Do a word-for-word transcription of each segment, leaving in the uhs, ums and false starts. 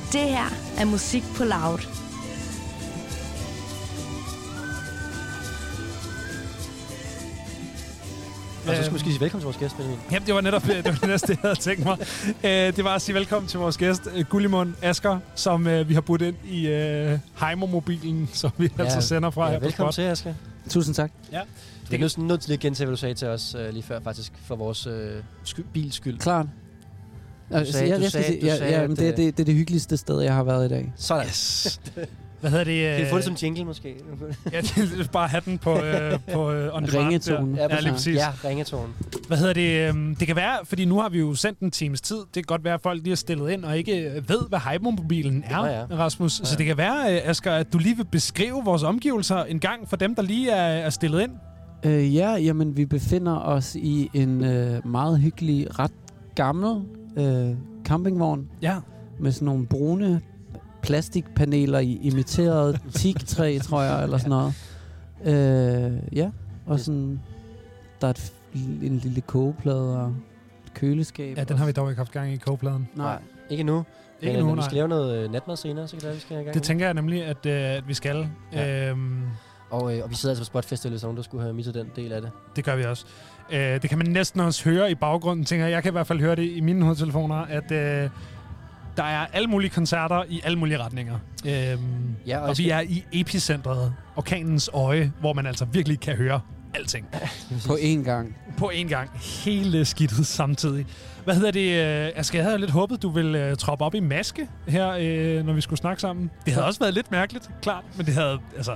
Det her er Musik på Loud. Og så skulle vi sige velkommen til vores gæst, Benjamin. Jamen, det var netop det, var det næste, jeg havde tænkt mig. Uh, det var at sige velkommen til vores gæst, uh, Gullimund Asger, som uh, vi har budt ind i uh, Heimer-mobilen, som vi ja, altså sender fra ja, her på velkommen Spot. til, Asger. Tusind tak. Ja. Det er nødt nød til at gentage, hvad du sagde til os uh, lige før, faktisk, for vores uh, sky- bils skyld. Klart. Du sagde, jeg, jeg skal sige, ja, ja, men det, det, det er det hyggeligste sted, jeg har været i dag. Sådan. Yes. Hvad hedder det? Kan vi få det som jingle, måske? Ja, det er bare have den på, øh, på øh, on demand. Ringetonen. Ja, ja, lige præcis. Ja, ringetonen. Hvad hedder det? Øh, det kan være, fordi nu har vi jo sendt en times tid. Det kan godt være, at folk lige har stillet ind og ikke ved, hvad Heimer-mobilen er, ja, ja. Rasmus. Ja, ja. Så det kan være, Asger, at du lige vil beskrive vores omgivelser en gang for dem, der lige er, er stillet ind. Øh, ja, jamen vi befinder os i en øh, meget hyggelig, ret gammel øh, campingvogn. Ja. Med sådan nogle brune plastikpaneler i imiteret teaktræ, tror jeg, eller sådan noget. Øh, ja, og sådan, der er et, en lille kogeplade og et køleskab. Ja, den har vi dog ikke haft gang i kogepladen. Nej. Ikke nu. Ikke Men, nu, vi nej. skal lave noget øh, natmad senere, så kan det være, vi skal have gang. Det tænker jeg nemlig, at, øh, at vi skal. Ja. Øhm, og, øh, og vi sidder altså på Spot Festival, hvis nogen der skulle have misset den del af det. Det gør vi også. Øh, det kan man næsten også høre i baggrunden, tænker jeg. Jeg kan i hvert fald høre det i mine hovedtelefoner, at øh, der er alle mulige koncerter i alle mulige retninger. Øhm, ja, og og vi er i epicentret, orkanens øje, hvor man altså virkelig kan høre alting. På én gang. På én gang. Hele skidtet samtidig. Hvad hedder det? Øh, Asger, jeg havde lidt håbet, du ville øh, troppe op i maske her, øh, når vi skulle snakke sammen. Det havde også været lidt mærkeligt, klart, men det havde, altså...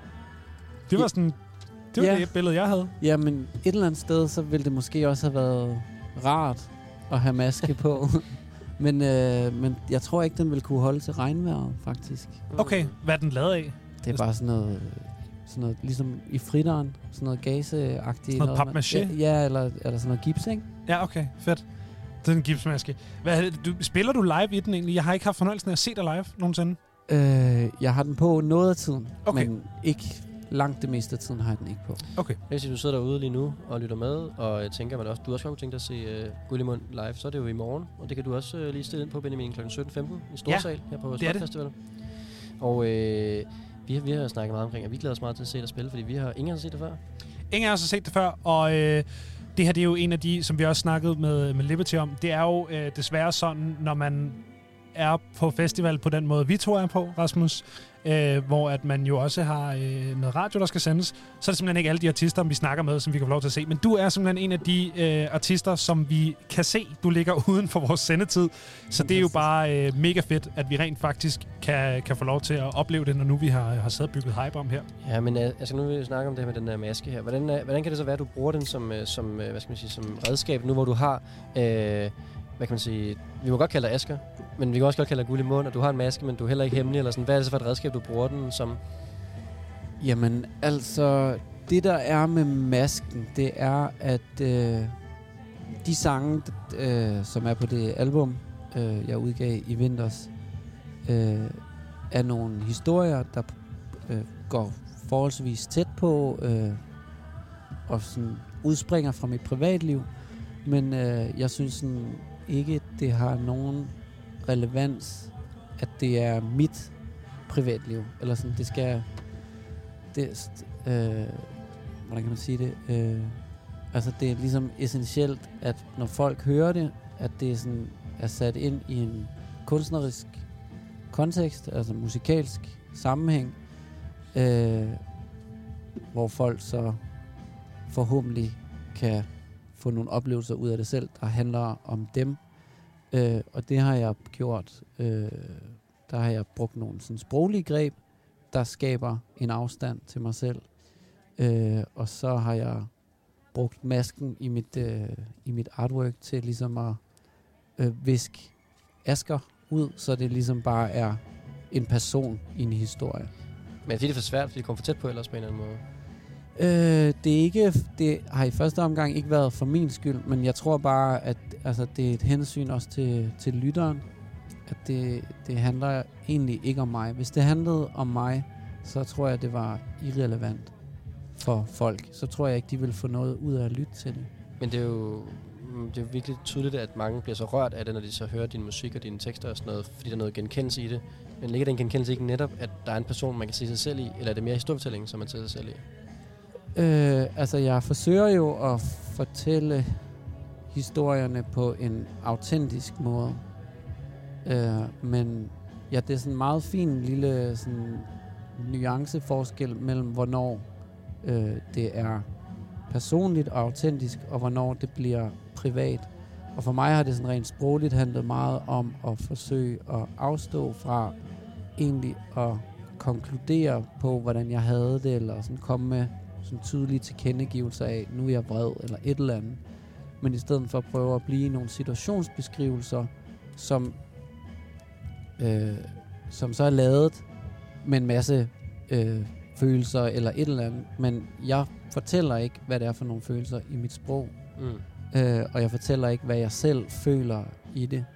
Det var sådan... Det var ja. det billede, jeg havde. Jamen, et eller andet sted, så ville det måske også have været rart at have maske på. men, øh, men jeg tror ikke, den ville kunne holde til regnvejret, faktisk. Okay, hvad er den lavet af? Det er bare sådan noget, sådan noget ligesom i fritteren, sådan noget gaseagtigt. Noget papmaché? Ja, ja, eller, eller sådan noget gips, ikke? Ja, okay, fedt. Det er en gipsmaske. Hvad, du, spiller du live i den egentlig? Jeg har ikke haft fornøjelsen af at se dig live nogensinde. Øh, jeg har den på noget af tiden, okay. men ikke langt det meste af tiden har jeg den ikke på. Okay. Hvis du sidder derude lige nu og lytter med, og jeg tænker, man også, du også har tænkt dig at se uh, Gullimund live, så er det jo i morgen, og det kan du også uh, lige stille ind på, Benjamin, klokken sytten femten i Storsal ja, her på Spot Festival. Og øh, vi, har, vi har snakket meget omkring, og vi glæder os meget til at se dig spille, fordi vi har ingen har set det før. Ingen har set det før, og øh, det her det er jo en af de, som vi også snakkede med, med Liberty om. Det er jo øh, desværre sådan, når man er på festival på den måde, vi to er på, Rasmus, øh, hvor at man jo også har øh, noget radio, der skal sendes, så er det simpelthen ikke alle de artister, vi snakker med, som vi kan få lov til at se. Men du er simpelthen en af de øh, artister, som vi kan se, du ligger uden for vores sendetid. Så det er jo bare øh, mega fedt, at vi rent faktisk kan, kan få lov til at opleve det, når nu vi har, har siddet og bygget hype om her. Ja, men altså, nu vil vi snakke om det her med den der maske her. Hvordan, hvordan kan det så være, at du bruger den som, som, hvad skal man sige, som redskab, nu hvor du har... Øh, hvad kan man sige, vi må godt kalde dig Asger, men vi kan også godt kalde dig Gullimund, og du har en maske, men du er heller ikke hemmelig, eller sådan. Hvad er det så for et redskab, du bruger den som? Jamen, altså, det der er med masken, det er, at øh, de sange, øh, som er på det album, øh, jeg udgav i vinters, øh, er nogle historier, der øh, går forholdsvis tæt på, øh, og sådan udspringer fra mit privatliv, men øh, jeg synes sådan ikke, det har nogen relevans, at det er mit privatliv. Eller sådan, det skal... Det, øh, hvordan kan man sige det? Øh, altså, det er ligesom essentielt, at når folk hører det, at det sådan er sat ind i en kunstnerisk kontekst, altså musikalsk sammenhæng, øh, hvor folk så forhåbentlig kan få nogle oplevelser ud af det selv, der handler om dem. Øh, og det har jeg gjort. Øh, der har jeg brugt nogle sådan sproglige greb, der skaber en afstand til mig selv. Øh, og så har jeg brugt masken i mit, øh, i mit artwork til ligesom at øh, viske Asger ud, så det ligesom bare er en person i en historie. Men det er for svært, fordi det kommer for tæt på ellers på en eller anden måde. Øh, det er ikke, det har i første omgang ikke været for min skyld, men jeg tror bare, at altså, det er et hensyn også til, til lytteren, at det, det handler egentlig ikke om mig. Hvis det handlede om mig, så tror jeg, det var irrelevant for folk. Så tror jeg ikke, de vil få noget ud af at lytte til det. Men det er jo det er virkelig tydeligt, at mange bliver så rørt af det, når de så hører din musik og dine tekster og sådan noget, fordi der er noget genkendelse i det. Men ligger den genkendelse ikke netop, at der er en person, man kan se sig selv i, eller er det mere historiefortællingen, som man ser sig selv i? Øh, altså, jeg forsøger jo at fortælle historierne på en autentisk måde. Øh, men ja, det er sådan en meget fin lille sådan, nuanceforskel mellem, hvornår øh, det er personligt og autentisk, og hvornår det bliver privat. Og for mig har det sådan rent sprogligt handlet meget om at forsøge at afstå fra egentlig at konkludere på, hvordan jeg havde det, eller sådan komme med sådan tydelige tilkendegivelser af, nu er jeg vred, eller et eller andet. Men i stedet for at prøve at blive nogle situationsbeskrivelser, som, øh, som så er lavet med en masse øh, følelser, eller et eller andet. Men jeg fortæller ikke, hvad det er for nogle følelser i mit sprog. Mm. Øh, og jeg fortæller ikke, hvad jeg selv føler i det.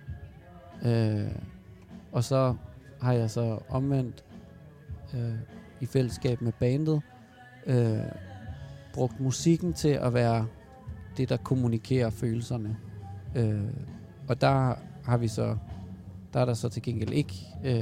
Øh, og så har jeg så omvendt øh, i fællesskab med bandet øh, brugt musikken til at være det, der kommunikerer følelserne. Øh, og der har vi så, der er der så til gengæld ikke, øh,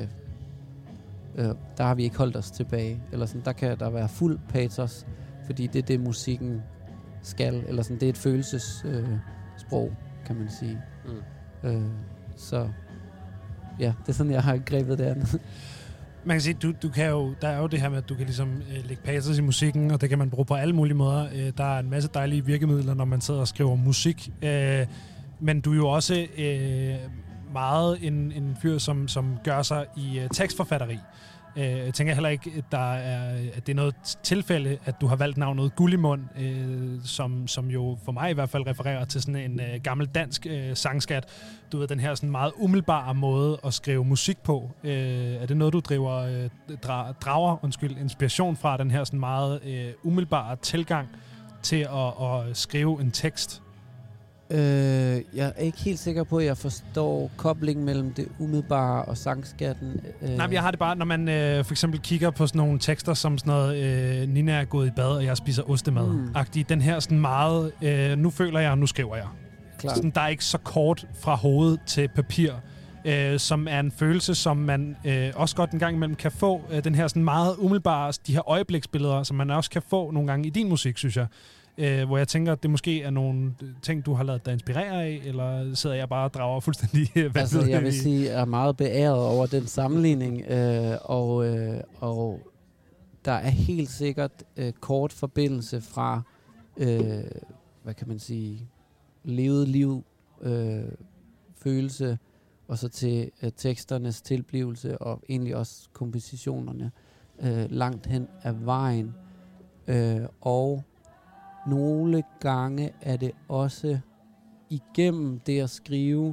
øh, der har vi ikke holdt os tilbage. Eller sådan, der kan der være fuld patos, fordi det er det, musikken skal. Eller sådan, det er et følelsessprog, øh, kan man sige. Mm. Øh, så ja, det er sådan, jeg har grebet det andet. Man kan sige, du, du kan jo, der er jo det her med, at du kan ligesom øh, lægge patos i musikken, og det kan man bruge på alle mulige måder. Øh, der er en masse dejlige virkemidler, når man sidder og skriver musik. Øh, men du er jo også øh, meget en, en fyr, som, som gør sig i øh, tekstforfatteri. Øh, jeg tænker heller ikke, at, der er, at det er noget tilfælde, at du har valgt navnet Gullimund, øh, som, som jo for mig i hvert fald refererer til sådan en øh, gammel dansk øh, sangskat. Du ved, den her sådan meget umiddelbare måde at skrive musik på. Øh, er det noget, du driver, øh, dra- drager undskyld, inspiration fra, den her sådan meget øh, umiddelbare tilgang til at, at skrive en tekst? Øh, jeg er ikke helt sikker på, at jeg forstår koblingen mellem det umiddelbare og sangskatten. Øh. Nej, men jeg har det bare, når man øh, for eksempel kigger på sådan nogle tekster, som sådan noget, øh, Nina er gået i bad, og jeg spiser ostemad-agtig. Mm. Den her sådan meget, øh, nu føler jeg, og nu skriver jeg. Sådan, der er ikke så kort fra hoved til papir, øh, som er en følelse, som man øh, også godt en gang imellem kan få. Øh, den her sådan meget umiddelbare, de her øjebliksbilleder, som man også kan få nogle gange i din musik, synes jeg. Øh, hvor jeg tænker, at det måske er nogle ting, du har ladet dig inspirere af, eller sidder jeg bare og drager fuldstændig? Altså, jeg vil sige, at jeg er meget beæret over den sammenligning, øh, og, øh, og der er helt sikkert øh, kort forbindelse fra, øh, hvad kan man sige, levet liv, øh, følelse, og så til øh, teksternes tilblivelse, og egentlig også kompositionerne øh, langt hen ad vejen. Øh, og nogle gange er det også igennem det at skrive,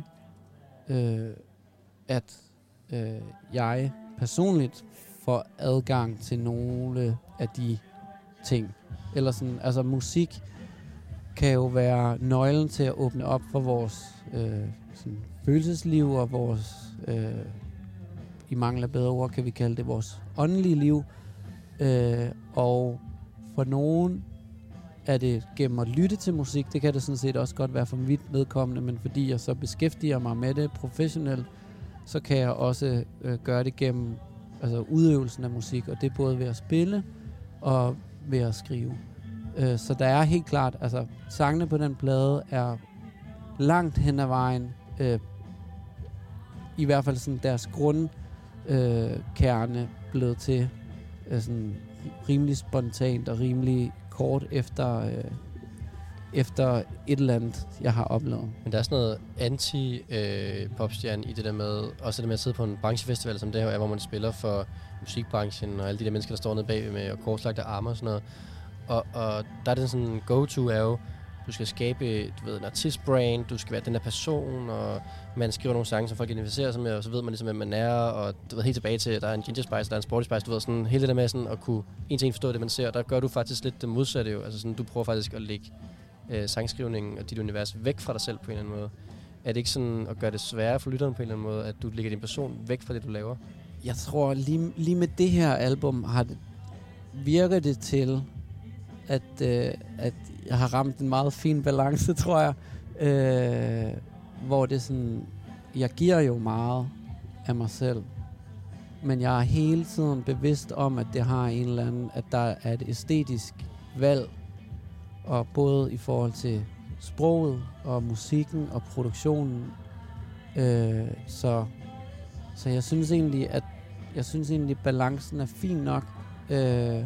øh, at øh, jeg personligt får adgang til nogle af de ting. Eller sådan, altså musik kan jo være nøglen til at åbne op for vores øh, sådan følelsesliv og vores, øh, i mangel af bedre ord kan vi kalde det vores åndelige liv. Øh, og for nogen er det gennem at lytte til musik. Det kan det sådan set også godt være for mit vedkommende, men fordi jeg så beskæftiger mig med det professionelt, så kan jeg også øh, gøre det gennem altså udøvelsen af musik, og det er både ved at spille og ved at skrive. Øh, så der er helt klart, altså sangene på den plade er langt hen ad vejen, øh, i hvert fald sådan deres grundkerne øh, blevet til øh, sådan rimelig spontant og rimelig kort efter, øh, efter et eller andet, jeg har oplevet. Men der er sådan noget anti-popstjerne øh, i det der med, også det med at sidde på en branchefestival, som det her er, hvor man spiller for musikbranchen, og alle de der mennesker, der står nede bagved med korslagte arme og sådan noget. Og, og der er det sådan en go-to er jo, du skal skabe, du ved, en artistbrand, du skal være den der person, og man skriver nogle sange, som folk identificerer sig med, og så ved man ligesom, hvem man er, og du ved, helt tilbage til, der er en Ginger Spice, der er en Sporty Spice, du ved, sådan hele det der med sådan at kunne en ting forstå det, man ser, der gør du faktisk lidt det modsatte jo, altså sådan, du prøver faktisk at lægge øh, sangskrivningen og dit univers væk fra dig selv på en eller anden måde. Er det ikke sådan at gøre det sværere for lytteren på en eller anden måde, at du lægger din person væk fra det, du laver? Jeg tror, lige, lige med det her album har det, virker det til, at, øh, at jeg har ramt en meget fin balance, tror jeg, Øh, hvor det sådan, jeg giver jo meget af mig selv, men jeg er hele tiden bevidst om, at det har en eller anden, at der er et æstetisk valg, og både i forhold til sproget og musikken og produktionen. Øh, så, så jeg synes egentlig, at jeg synes egentlig, balancen er fin nok. Øh,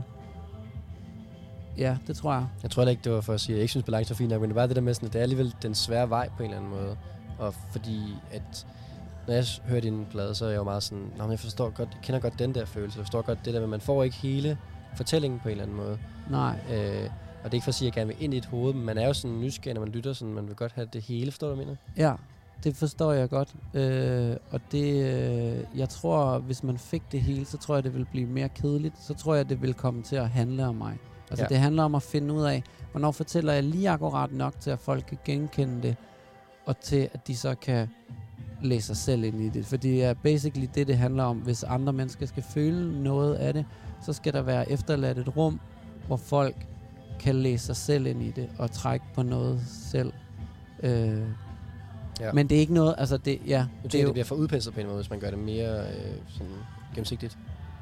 ja, det tror jeg. Jeg tror ikke, det var for at sige, at jeg ikke synes, balancen er fin nok, men det var det der med sådan, at det er alligevel den svære vej på en eller anden måde. Og fordi at når jeg hører din plade, så er jeg jo meget sådan, nå, men jeg forstår godt, jeg kender godt den der følelse, jeg forstår godt det der, men man får ikke hele fortællingen på en eller anden måde. Nej. Øh, og det er ikke for at sige, at jeg gerne vil ind i et hoved, men man er jo sådan nysgerrig, når man lytter, sådan, man vil godt have det hele, forstår du, hvad jeg mener? Ja, det forstår jeg godt. Øh, og det, øh, jeg tror, hvis man fik det hele, så tror jeg, det ville blive mere kedeligt. Så tror jeg, det ville komme til at handle om mig. Altså ja. Det handler om at finde ud af, hvornår fortæller jeg lige akkurat nok til, at folk kan genkende det, og til, at de så kan læse sig selv ind i det. For det er basically det, det handler om. Hvis andre mennesker skal føle noget af det, så skal der være efterladt et rum, hvor folk kan læse sig selv ind i det, og trække på noget selv. Øh, ja. Men det er ikke noget, altså det, ja. Jeg tænker, det, det bliver for udpenslet på en måde, hvis man gør det mere øh, sådan gennemsigtigt.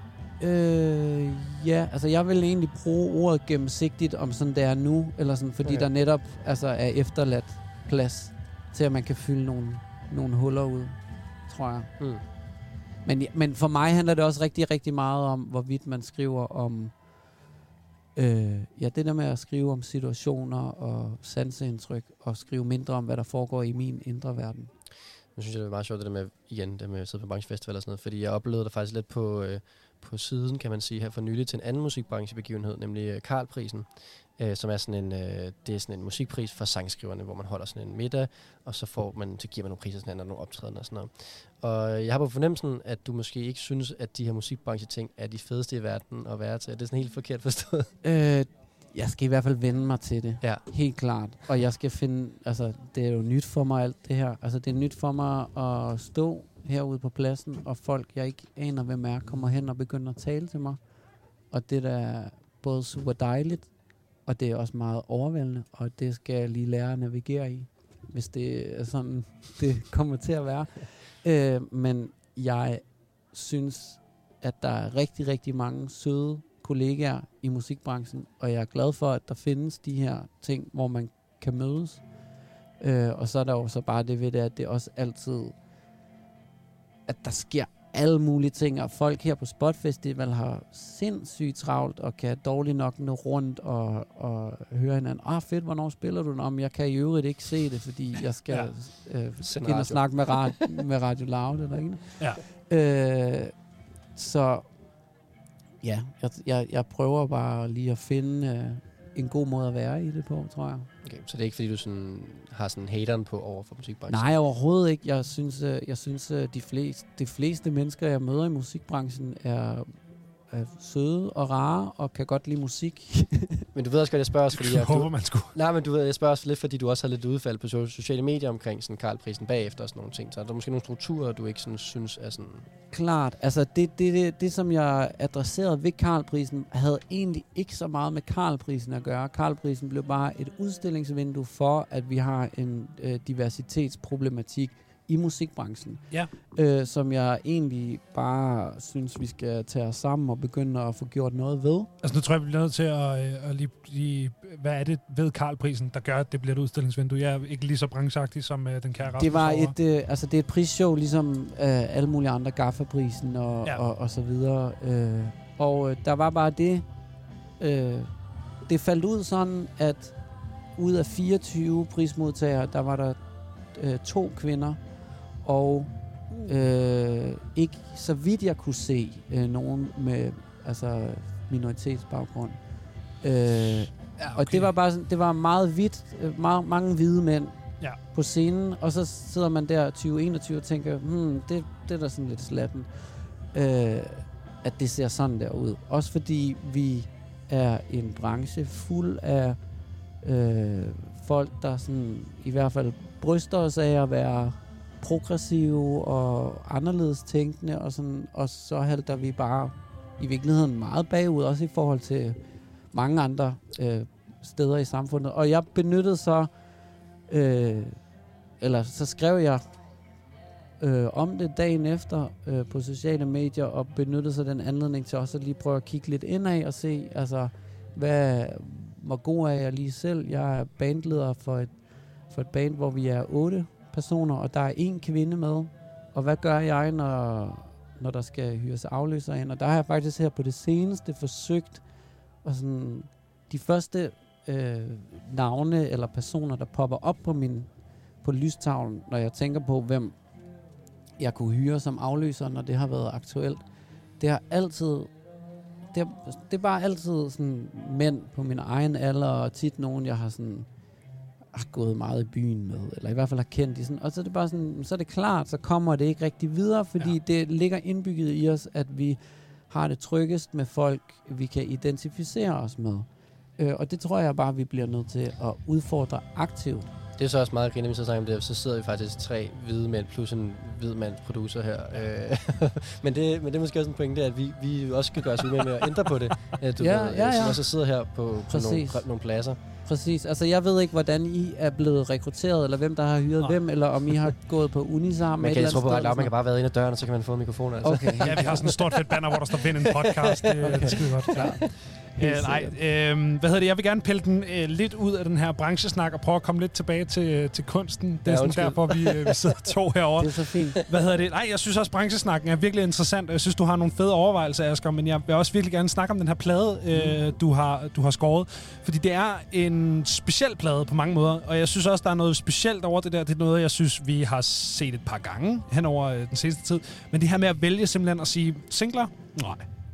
Øh, ja, altså jeg vil egentlig bruge ordet gennemsigtigt om sådan det er nu, eller sådan, fordi okay. der netop altså, er efterladt plads til, at man kan fylde nogle, nogle huller ud, tror jeg. Mm. Men, men for mig handler det også rigtig, rigtig meget om, hvorvidt man skriver om øh, ja, det der med at skrive om situationer og sanseindtryk, og skrive mindre om, hvad der foregår i min indre verden. Nu synes jeg, det er meget sjovt, det der med, igen, det med at sidde på branchefestival og sådan noget, fordi jeg oplevede det faktisk lidt på, øh, på siden, kan man sige, her for nylig til en anden musikbranchebegivenhed, nemlig øh, Carl-prisen, øh, som er sådan en, øh, det er sådan en musikpris for sangskriverne, hvor man holder sådan en middag, og så får man, så giver man nogle priser sådan, og nogle optrædener og sådan noget. Og jeg har på fornemmelsen, at du måske ikke synes, at de her musikbrancheting er de fedeste i verden at være til. Er det sådan helt forkert forstået? Øh, jeg skal i hvert fald vende mig til det. Ja. Helt klart. Og jeg skal finde, altså det er jo nyt for mig alt det her. Altså det er nyt for mig at stå herude på pladsen, og folk, jeg ikke aner, hvem er, kommer hen og begynder at tale til mig. Og det der er både super dejligt, og det er også meget overvældende, og det skal jeg lige lære at navigere i, hvis det er sådan, det kommer til at være. øh, men jeg synes, at der er rigtig, rigtig mange søde kollegaer i musikbranchen, og jeg er glad for, at der findes de her ting, hvor man kan mødes. Øh, og så er der jo så bare det ved det, at det også altid, at der sker alle mulige ting, og folk her på Spot Festival har sindssygt travlt, og kan dårligt nok nå rundt og, og høre hinanden. Ah, fedt, hvornår spiller du den om? Jeg kan i øvrigt ikke se det, fordi jeg skal ja. øh, ind og snakke med, rad- med Radio Loud, eller ikke? Ja. Øh, så ja, jeg, jeg, jeg prøver bare lige at finde øh, en god måde at være i det på, tror jeg. Okay, så det er ikke, fordi du sådan, har sådan hateren på over for musikbranchen? Nej, overhovedet ikke. Jeg synes, øh, jeg synes øh, de, flest, de fleste mennesker, jeg møder i musikbranchen, er, er søde og rare, og kan godt lide musik. Men du ved også godt, jeg spørger også, fordi... Jeg jeg, håber, du, man skulle. Nej, men du ved, jeg spørger også lidt, fordi du også har lidt udfald på sociale medier omkring sådan Carl-prisen bagefter og sådan nogle ting. Så er der måske nogle strukturer, du ikke sådan, synes er sådan... Klart. Altså, det, det, det, det som jeg adresserede ved Carl-prisen, havde egentlig ikke så meget med Carl-prisen at gøre. Carl-prisen blev bare et udstillingsvindue for, at vi har en øh, diversitetsproblematik i musikbranchen, ja. øh, som jeg egentlig bare synes, vi skal tage os sammen og begynde at få gjort noget ved. Altså nu tror jeg, vi bliver nødt til at, øh, at lige, lige... Hvad er det ved Carl-prisen, der gør, at det bliver et udstillingsvindue? Jeg er ikke lige så brancheagtig som øh, den kære Rasmus. Det var et, øh, altså det er et prisshow, ligesom øh, alle mulige andre, Gaffa-prisen og, ja. og, og så videre. Øh, og øh, der var bare det... Øh, det faldt ud sådan, at ud af fireogtyve prismodtagere, der var der øh, to kvinder, og øh, ikke så vidt jeg kunne se øh, nogen med altså minoritetsbaggrund. Øh, ja, okay. Og det var bare sådan, det var meget hvidt, øh, meget, mange hvide mænd ja. på scenen, og så sidder man der tyve enogtyve og tænker, hmm, det, det er da sådan lidt slatten, øh, at det ser sådan der ud. Også fordi vi er en branche fuld af øh, folk, der sådan i hvert fald bryster os af at være progressive og anderledes tænkende, og, sådan, og så halter vi bare i virkeligheden meget bagud, også i forhold til mange andre øh, steder i samfundet. Og jeg benyttede så Øh, eller så skrev jeg øh, om det dagen efter øh, på sociale medier, og benyttede sig den anledning til også at lige prøve at kigge lidt indad og se, altså, hvad, hvor god er jeg lige selv. Jeg er bandleder for et, for et band, hvor vi er otte personer, og der er en kvinde med. Og hvad gør jeg, når, når der skal hyres afløser ind? Og der har jeg faktisk her på det seneste forsøgt, og sådan, de første øh, navne eller personer, der popper op på min på lystavlen, når jeg tænker på, hvem jeg kunne hyre som afløser, når det har været aktuelt. Det har altid, det er, det er bare altid sådan mænd på min egen alder, og tit nogen, jeg har sådan har gået meget i byen med, eller i hvert fald har kendt i sådan, og så er det bare sådan, så er det klart, så kommer det ikke rigtig videre, fordi ja. det ligger indbygget i os, at vi har det tryggest med folk, vi kan identificere os med. Øh, og det tror jeg bare, vi bliver nødt til at udfordre aktivt. Det er så også meget griner, hvis jeg snakker om det, så sidder vi faktisk tre hvide mænd plus en hvid mand producer her. men, det, men det er måske også en pointe, at vi, vi også skal gøre os umage med at ændre på det. At du ja, ved, ja, ja. som også sidder her på, på nogle, nogle pladser. Præcis. Altså, jeg ved ikke, hvordan I er blevet rekrutteret, eller hvem, der har hyret oh. hvem, eller om I har gået på uni sammen. Man kan, jeg tror på, at man kan bare være inde ad døren, og så kan man få en mikrofon. Altså. Okay. Ja, vi har sådan et stort fedt banner, hvor der står vind en podcast. Det er okay. skide godt. Klar. Øh, nej, øh, hvad hedder det? Jeg vil gerne pille den øh, lidt ud af den her branchesnak og prøve at komme lidt tilbage til, til kunsten. Det er ja, sådan derfor, vi, øh, vi sidder to herovre. Det er så fint. Hvad hedder det? Nej, jeg synes også, branchesnakken er virkelig interessant, og jeg synes, du har nogle fede overvejelser, Asger, men jeg vil også virkelig gerne snakke om den her plade, øh, du, har, du har skåret. Fordi det er en speciel plade på mange måder, og jeg synes også, der er noget specielt over det der. Det er noget, jeg synes, vi har set et par gange hen over øh, den seneste tid. Men det her med at vælge simpelthen at sige, singler? Nej.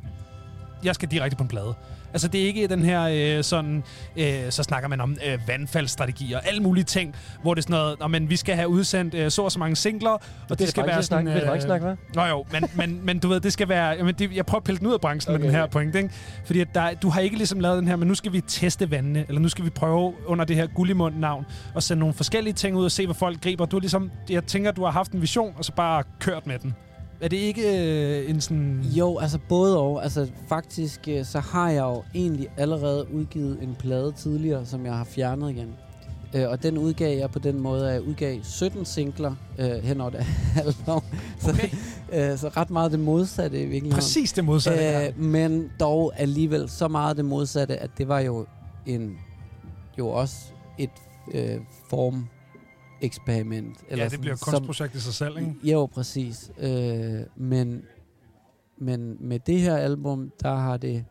Jeg skal direkte på en plade. Altså, det er ikke den her øh, sådan, øh, så snakker man om øh, vandfaldsstrategier og alle mulige ting, hvor det er sådan noget, nå, men vi skal have udsendt øh, så og så mange singler, og det, det skal være sådan... Øh, det er branchesnak, hva'? Nå jo, men, men, men du ved, det skal være... Jamen, det, jeg prøver at pille den ud af branchen okay, med den her okay. point, ikke? Fordi at der, du har ikke ligesom lavet den her, men nu skal vi teste vandene, eller nu skal vi prøve under det her Gullimund-navn, og sende nogle forskellige ting ud og se, hvad folk griber. Du har ligesom... Jeg tænker, du har haft en vision, og så bare kørt med den. Er det ikke øh, en sådan... Jo, altså både og. Altså faktisk, øh, så har jeg jo egentlig allerede udgivet en plade tidligere, som jeg har fjernet igen. Øh, og den udgav jeg på den måde, at jeg udgav sytten singler øh, hen over det album. Så, okay. øh, så ret meget det modsatte i virkeligheden. Præcis det modsatte. Øh, men dog alligevel så meget det modsatte, at det var jo en jo også et øh, form... eksperiment. Eller ja, det bliver et kunstprojekt i sig selv, ikke? Jo, præcis. Øh, men, men med det her album, der har det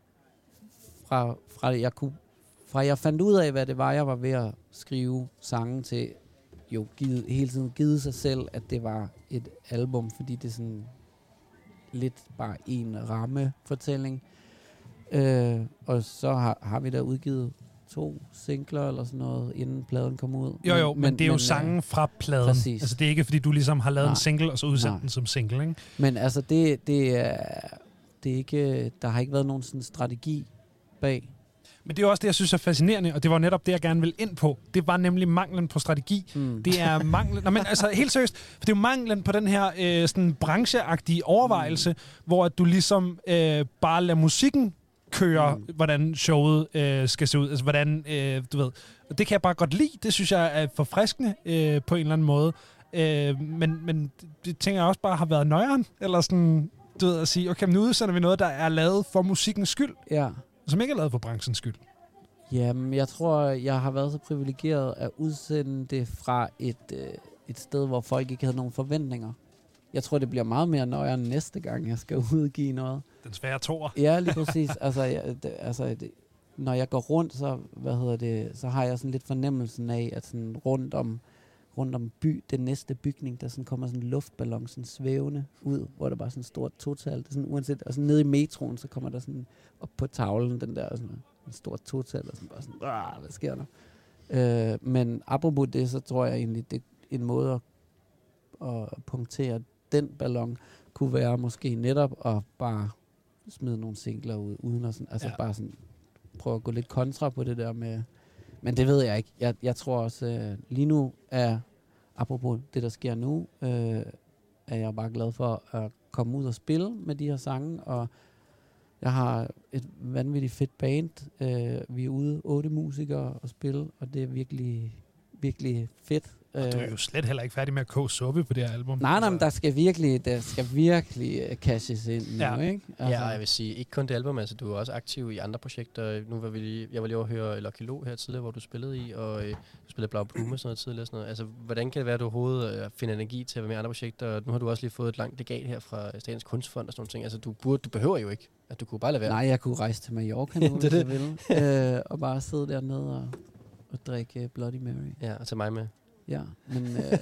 fra, fra, jeg kunne, fra jeg fandt ud af, hvad det var, jeg var ved at skrive sange til, jo givet, hele tiden givet sig selv, at det var et album, fordi det er sådan lidt bare en rammefortælling. Øh, og så har, har vi da udgivet to singler eller sådan noget, inden pladen kom ud. Jo, jo, men, men det er jo men, sangen fra pladen. Præcis. Altså, det er ikke, fordi du ligesom har lavet Nej. en single, og så udsendt Nej. den som single, ikke? Men altså, det, det, er, det er ikke... Der har ikke været nogen sådan strategi bag. Men det er også det, jeg synes er fascinerende, og det var netop det, jeg gerne vil ind på. Det var nemlig manglen på strategi. Mm. Det er manglen... Nå, men altså, helt seriøst, for det er jo manglen på den her øh, sådan brancheagtige overvejelse, mm. hvor at du ligesom øh, bare lader musikken køre, mm. hvordan showet øh, skal se ud. Altså, hvordan, øh, du ved... Det kan jeg bare godt lide. Det synes jeg er forfriskende øh, på en eller anden måde. Øh, men, men det tænker jeg også bare har været nøjeren. Eller sådan, du ved, at sige, okay, nu udsender vi noget, der er lavet for musikkens skyld. Ja. Som ikke er lavet for branchens skyld. Jamen, jeg tror, jeg har været så privilegeret at udsende det fra et, øh, et sted, hvor folk ikke havde nogen forventninger. Jeg tror, det bliver meget mere nøjere næste gang, jeg skal udgive noget. Den svære toer. Ja, lige præcis. altså, jeg, det, altså det, når jeg går rundt, så, hvad hedder det, så har jeg sådan lidt fornemmelsen af, at sådan rundt om, rundt om by, den næste bygning, der sådan kommer sådan en luftballon sådan svævende ud, hvor der bare er sådan et stort total. Det er sådan, uanset, og sådan nede i metroen, så kommer der sådan op på tavlen, den der sådan en stor total, og sådan bare sådan, hvad sker der? Øh, men apropos det, så tror jeg egentlig, det er en måde at, at punktere den ballon, kunne være måske netop at bare smide nogle singler ud, uden at sådan, altså ja. bare sådan prøve at gå lidt kontra på det der med, men det ved jeg ikke. Jeg, jeg tror også, øh, lige nu er, apropos det, der sker nu, øh, er jeg bare glad for at komme ud og spille med de her sange, og jeg har et vanvittigt fedt band. Øh, vi er ude, otte musikere og spille, og det er virkelig, virkelig fedt. Og du er jo slet heller ikke færdig med at koge suppe på det her album. Nej, nej, men der skal virkelig, der skal virkelig uh, cashes ind nu, ja. ikke? Altså. Ja, jeg vil sige, ikke kun det album, altså du er også aktiv i andre projekter. Nu var vi lige, jeg var lige over at høre Lucky Lo her tidligere, hvor du spillede i, og øh, du spillede Blau Blume og sådan noget tidligere. Sådan noget. Altså, hvordan kan det være, at du overhovedet øh, finder energi til at være med i andre projekter? Nu har du også lige fået et langt legat her fra Statens Kunstfond og sådan nogle ting. Altså, du, burde, du behøver jo ikke, at du kunne bare lade være. Nej, jeg kunne rejse til Mallorca nu, det hvis jeg ville. øh, og bare sidde dernede og, og drikke Bloody Mary. Ja, og tage mig med. Ja, men, øh,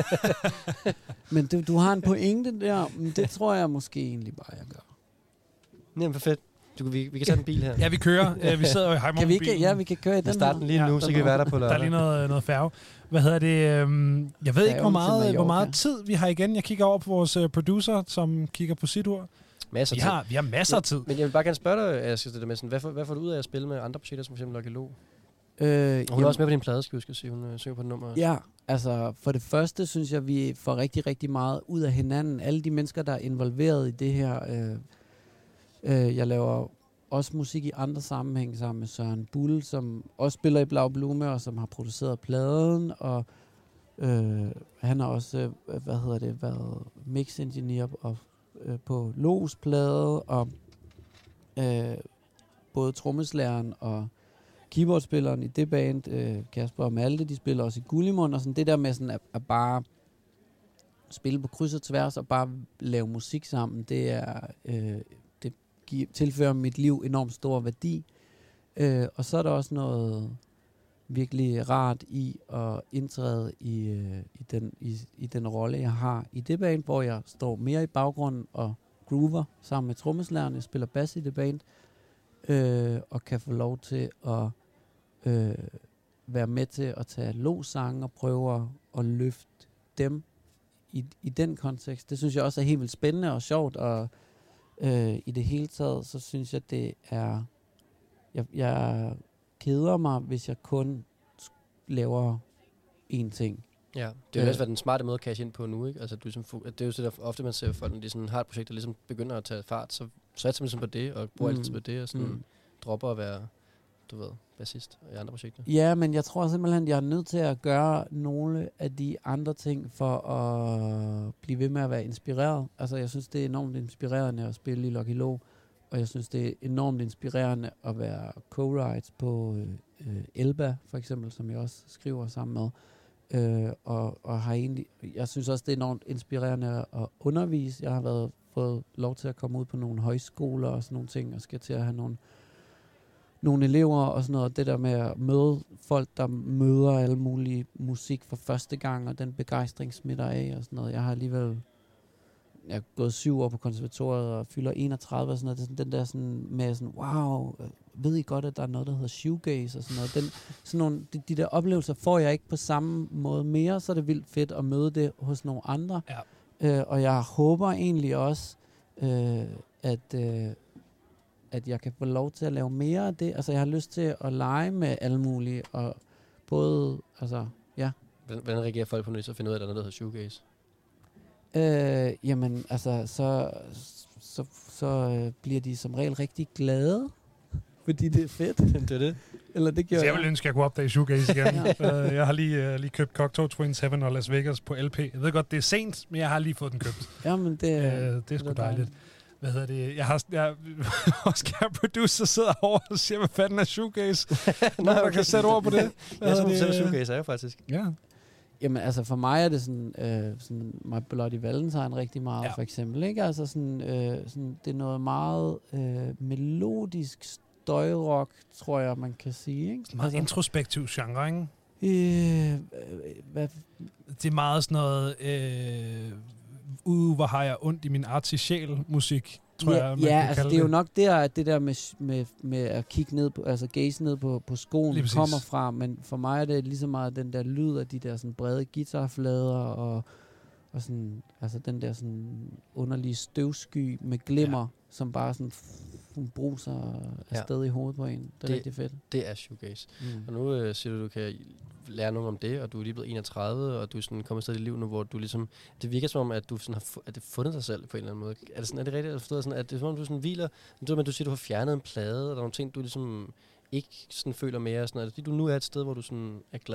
men du, du har en pointe der, men det tror jeg måske egentlig bare, jeg gør. Jamen, for fedt. Du, vi, vi kan tage en bil her. Ja, vi kører. Uh, vi sidder jo i Kan vi ikke? Ja, vi kan køre i den starten lige nu, ja, så kan vi være der på lørdag. Der er lige noget, noget færge. Hvad hedder det? Um, jeg ved ikke, hvor meget, hvor meget tid vi har igen. Jeg kigger over på vores uh, producer, som kigger på sit ur. Masser vi har, vi har masser af tid. Men jeg vil bare gerne spørge dig, Asger, det der med sådan, hvad, får, hvad får du ud af at spille med andre projekter, som for eksempel Lucky Lo? Øh, hun er også med på din plade, skal jeg sige. Hun øh, synger på det nummer. Ja, altså for det første synes jeg, vi får rigtig, rigtig meget ud af hinanden. Alle de mennesker, der er involveret i det her. Øh, øh, jeg laver også musik i andre sammenhæng sammen med Søren Bull, som også spiller i Blau Blume, og som har produceret pladen. Og øh, han har også, øh, hvad hedder det, været mix engineer og, øh, på Los plade, og øh, både trommeslageren og keyboardspilleren i det band, øh, Kasper og Malte, de spiller også i Gullimund, og sådan det der med sådan at, at bare spille på kryds og tværs og bare lave musik sammen, det er øh, det giver, tilfører mit liv enormt stor værdi. Øh, og så er der også noget virkelig rart i at indtræde i, øh, i, den, i, i den rolle, jeg har i det band, hvor jeg står mere i baggrunden og groover sammen med trommeslageren. Jeg spiller bass i det band, øh, og kan få lov til at øh, være med til at tage Lo-sange og prøve at, at løfte dem i, i den kontekst. Det synes jeg også er helt vildt spændende og sjovt, og øh, i det hele taget, så synes jeg, det er... Jeg, jeg keder mig, hvis jeg kun laver én ting. Ja, det er jo også været den smarte måde at cash ind på nu, ikke? Altså, du ligesom, det er jo så der ofte, man ser folk, når de sådan har et projekt, der ligesom begynder at tage fart, så satser man ligesom på det, og bruger mm. altid på det, og sådan mm. dropper at være, du ved, bassist i andre projekter. Ja, men jeg tror simpelthen, at jeg er nødt til at gøre nogle af de andre ting, for at blive ved med at være inspireret. Altså, jeg synes, det er enormt inspirerende at spille i Lucky Lo, og jeg synes, det er enormt inspirerende at være co-write på øh, Elba, for eksempel, som jeg også skriver sammen med. Øh, og, og har egentlig, jeg synes også, det er enormt inspirerende at undervise. Jeg har været, fået lov til at komme ud på nogle højskoler og sådan nogle ting, og skal til at have nogle, nogle elever og sådan noget. Det der med at møde folk, der møder alle mulige musik for første gang, og den begejstring smitter af og sådan noget. Jeg har alligevel jeg er gået syv år på konservatoriet og fylder enogtredive og sådan noget. Det er sådan, den der sådan med sådan, wow, ved I godt, at der er noget, der hedder shoegaze og sådan noget. Den, sådan nogle, de, de der oplevelser får jeg ikke på samme måde mere, så er det vildt fedt at møde det hos nogle andre. Ja. Øh, og jeg håber egentlig også, øh, at, øh, at jeg kan få lov til at lave mere af det. Altså, jeg har lyst til at lege med alle mulige, og både, altså, ja. Hvordan reagerer folk på, når de så finder ud af, at der er noget, der hedder shoegaze? Øh, jamen, altså, så, så, så øh, bliver de som regel rigtig glade, fordi det er fedt. Det er det. Eller det gjorde så jeg vil ønske, at jeg kunne opdage shoegaze igen. ja. uh, jeg har lige, uh, lige købt Cocteau Twins Heaven og Las Vegas på L P. Jeg ved godt, det er sent, men jeg har lige fået den købt. Jamen, det, uh, det er sgu dejligt. Hvad hedder det? Jeg har jeg, vores kære producer sidder over og siger, hvad fanden er shoegaze? Nå, okay. Man kan sætte ord på det. Jeg tror, du shoegaze er jo faktisk. Ja. Jamen, altså for mig er det sådan, øh, sådan My Bloody Valentine rigtig meget, ja. For eksempel, ikke? Altså sådan, øh, sådan, det er noget meget øh, melodisk støjrock, tror jeg, man kan sige, ikke? Meget altså, introspektiv genre, ikke? Øh, øh, hvad? Det er meget sådan noget, øh, uh, hvor har jeg ondt i min artificiel musik, tror ja, jeg, man ja, kan altså kalde det er det. jo nok der, at det der med, med, med at kigge ned på, altså gaze ned på, på skoen kommer fra, men for mig er det lige så meget den der lyd af de der sådan brede guitarflader og, og sådan, altså den der sådan underlige støvsky med glimmer, ja. Som bare sådan f- bruser afsted ja. I hovedet på en. Det er det, rigtig fedt. Det er shoegaze. Mm. Og nu øh, siger du, du kan lære noget om det, og du er lige blevet enogtredive, og du er sådan kommet til dit liv nu, hvor du ligesom, det virker som om, at du sådan har fu- at det fundet dig selv på en eller anden måde. Er det sådan, er det rigtigt, at forstået sådan, at det er som om, du sådan hviler, du, men du siger, du har fjernet en plade, og der er nogle ting, du ligesom ikke sådan føler mere, sådan, er det fordi, du nu er et sted, hvor du sådan er glad?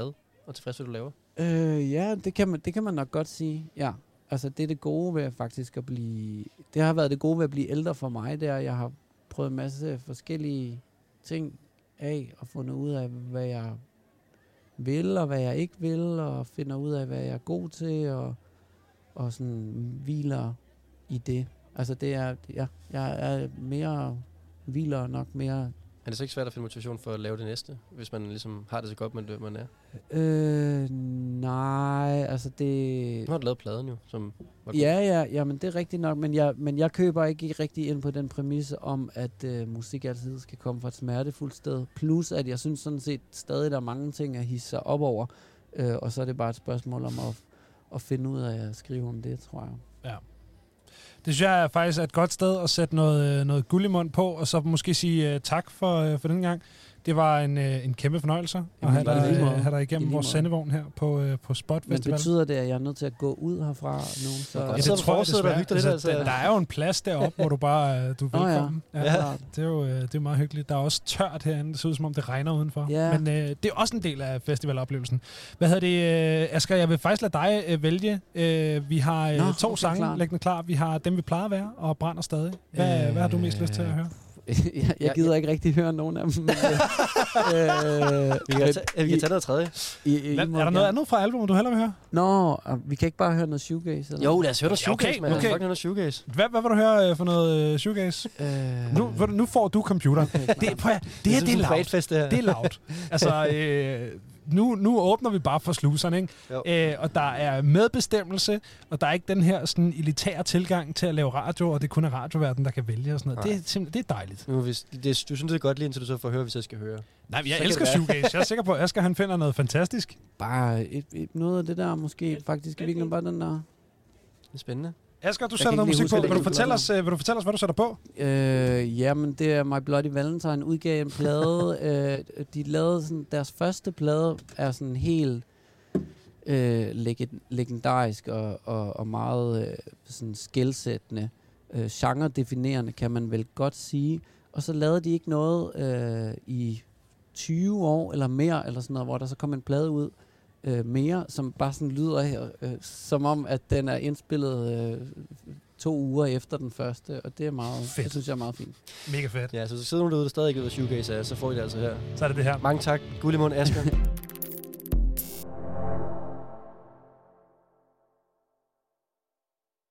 og tilfreds, hvad du laver? Øh, ja, det kan, man, det kan man nok godt sige, ja. Altså, det er det gode ved faktisk at blive... Det har været det gode ved at blive ældre for mig, det er, jeg har prøvet en masse forskellige ting af, og fundet ud af, hvad jeg vil, og hvad jeg ikke vil, og finder ud af, hvad jeg er god til, og, og sådan hviler i det. Altså, det er... Ja, jeg er mere... Hviler nok mere... Er det så ikke svært at finde motivation for at lave det næste, hvis man ligesom har det så godt, man, man er? Øh, nej, altså det... Nu har du lavet pladen jo, som var god. Ja, ja, ja, men det er rigtigt nok, men jeg, men jeg køber ikke rigtig ind på den præmisse om, at øh, musik altid skal komme fra et smertefuldt sted. Plus, at jeg synes sådan set stadig, der er mange ting at hisse sig op over, øh, og så er det bare et spørgsmål om at, at finde ud af at skrive om det, tror jeg. Ja. Det synes jeg er faktisk et godt sted at sætte noget, noget guld i mund på, og så måske sige uh, tak for, uh, for den gang. Det var en, uh, en kæmpe fornøjelse at Jamen, have dig, lige uh, have dig igennem vores sendevogn her på, uh, på Spot Men Festival. betyder det, at jeg er nødt til at gå ud herfra nu? Så Ja, Ja, det det tror jeg desværre. lidt, Altså, altså. der, der er jo en plads deroppe, hvor du bare uh, du er Nå, ja. velkommen. Ja. Ja. Det er jo uh, det er meget hyggeligt. Der er også tørt herinde. Det ser ud som om, det regner udenfor. Ja. Men uh, det er også en del af festivaloplevelsen. Hvad hedder det, uh, Asger? Jeg vil faktisk lade dig uh, vælge. Uh, vi har uh, Nå, to okay, sange klar. liggende klar. Vi har Dem, vi plejer at være, og Brænder stadig. Hvad, Øh, hvad har du mest lyst til at høre? jeg, jeg gider ikke rigtig høre nogen af dem. Men, øh, Vi kan, tage, vi kan tage noget tredje. I, I, Hvad, I må er der noget gerne- andet fra albumet, du hellere vil høre? Nå, og vi kan ikke bare høre noget shoegaze? Eller? Jo, lad os høre noget Ja, okay, shoegaze, mand. okay. Fuck noget shoegaze. Hvad, hvad vil du høre øh, for noget øh, shoegaze? Øh, Nu, ved du, nu får du computer. okay, Det, prøv, at- det her, det er lavt. Fest, det her. Det er lavt. Altså, øh, nu, nu åbner vi bare for sluserne, ikke? Jo. Øh, og der er medbestemmelse, og der er ikke den her sådan elitære tilgang til at lave radio, og det kun er radioverdenen, der kan vælge og sådan noget. Nej. Det er, simpelthen, det er dejligt. Nu, hvis, det, du synes, det er godt lige, indtil du så får høre, hvis jeg skal høre. Nej, jeg Så elsker kan det shoegaze. Jeg er sikker på, at Asger han finder noget fantastisk. Bare et, et, noget af det der, måske faktisk i virkeligheden bare den der... Det er spændende. Asger, du Jeg sætter kan noget ikke lige musik på. huske, Vil du, hvilken fortælle plade os, øh, vil du fortælle os, hvad du sætter på? Øh, jamen, det er My Bloody Valentine udgav en plade. øh, de lavede sådan, deres første plade er sådan helt øh, leg- legendarisk og, og, og meget øh, sådan skelsættende. Øh, genre-definerende, kan man vel godt sige. Og så lavede de ikke noget øh, i tyve år eller mere, eller sådan noget, hvor der så kom en plade ud øh, mere, som bare sådan lyder øh, som om, at den er indspillet øh, to uger efter den første, og det er meget, Fedt. det synes jeg er meget fint. Mega fedt. Ja, så sidder nogen derude, der stadig ikke ved, hvad shoegaze er, så får I det altså her. Så er det det her. Mange tak. Guld i mund, Asger.